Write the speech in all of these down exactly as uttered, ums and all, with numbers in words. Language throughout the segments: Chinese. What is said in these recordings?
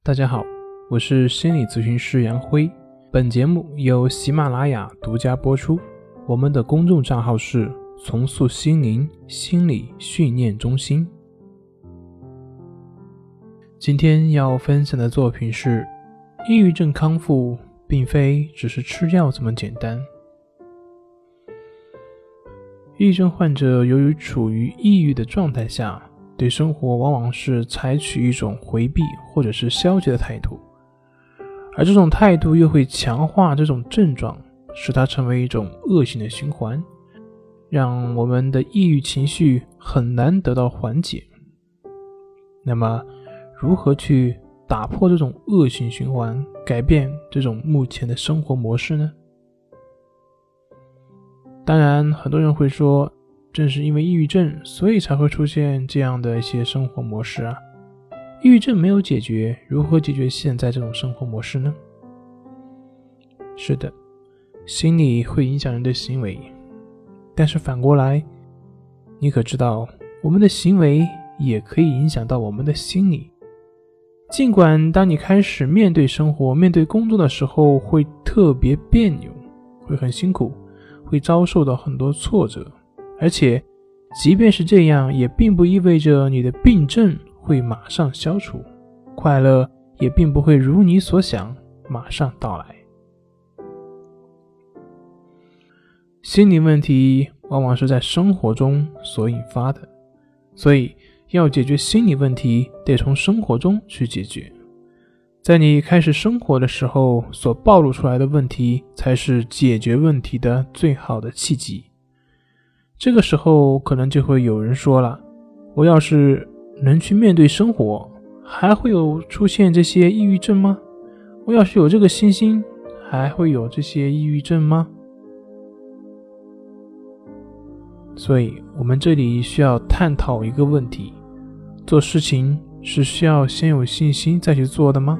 大家好，我是心理咨询师杨辉，本节目由喜马拉雅独家播出。我们的公众账号是重塑心灵心理训练中心。今天要分享的作品是抑郁症康复并非只是吃药这么简单。抑郁症患者由于处于抑郁的状态下，对生活往往是采取一种回避或者是消极的态度，而这种态度又会强化这种症状，使它成为一种恶性的循环，让我们的抑郁情绪很难得到缓解。那么如何去打破这种恶性循环，改变这种目前的生活模式呢？当然很多人会说，正是因为抑郁症，所以才会出现这样的一些生活模式啊。抑郁症没有解决，如何解决现在这种生活模式呢？是的，心理会影响人的行为，但是反过来，你可知道，我们的行为也可以影响到我们的心理。尽管当你开始面对生活、面对工作的时候，会特别别扭，会很辛苦，会遭受到很多挫折，而且即便是这样，也并不意味着你的病症会马上消除，快乐也并不会如你所想马上到来。心理问题往往是在生活中所引发的，所以要解决心理问题，得从生活中去解决。在你开始生活的时候，所暴露出来的问题，才是解决问题的最好的契机。这个时候可能就会有人说了，我要是能去面对生活，还会有出现这些抑郁症吗？我要是有这个信心，还会有这些抑郁症吗？所以我们这里需要探讨一个问题，做事情是需要先有信心再去做的吗？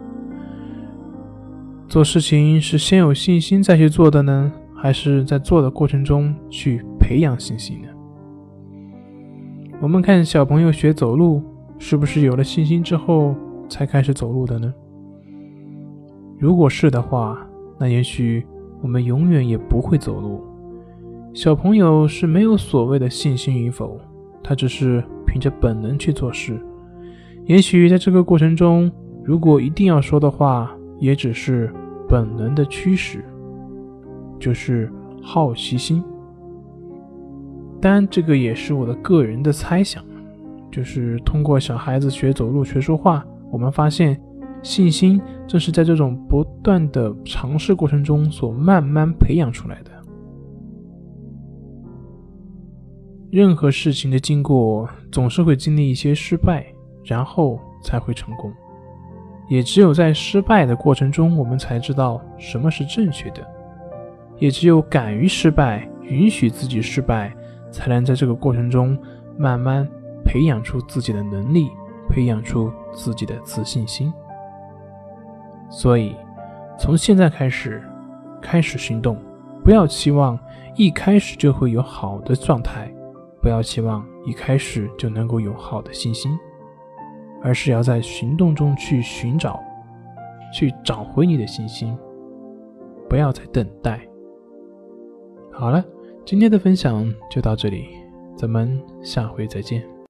做事情是先有信心再去做的呢，还是在做的过程中去培养信心呢？我们看小朋友学走路，是不是有了信心之后才开始走路的呢？如果是的话，那也许我们永远也不会走路。小朋友是没有所谓的信心与否，他只是凭着本能去做事。也许在这个过程中，如果一定要说的话，也只是本能的驱使，就是好奇心。当然这个也是我的个人的猜想，就是通过小孩子学走路学说话，我们发现信心正是在这种不断的尝试过程中所慢慢培养出来的。任何事情的经过总是会经历一些失败，然后才会成功。也只有在失败的过程中，我们才知道什么是正确的。也只有敢于失败，允许自己失败，才能在这个过程中慢慢培养出自己的能力，培养出自己的自信心。所以从现在开始开始行动，不要期望一开始就会有好的状态，不要期望一开始就能够有好的信心，而是要在行动中去寻找，去找回你的信心，不要再等待。好了，今天的分享就到这里，咱们下回再见。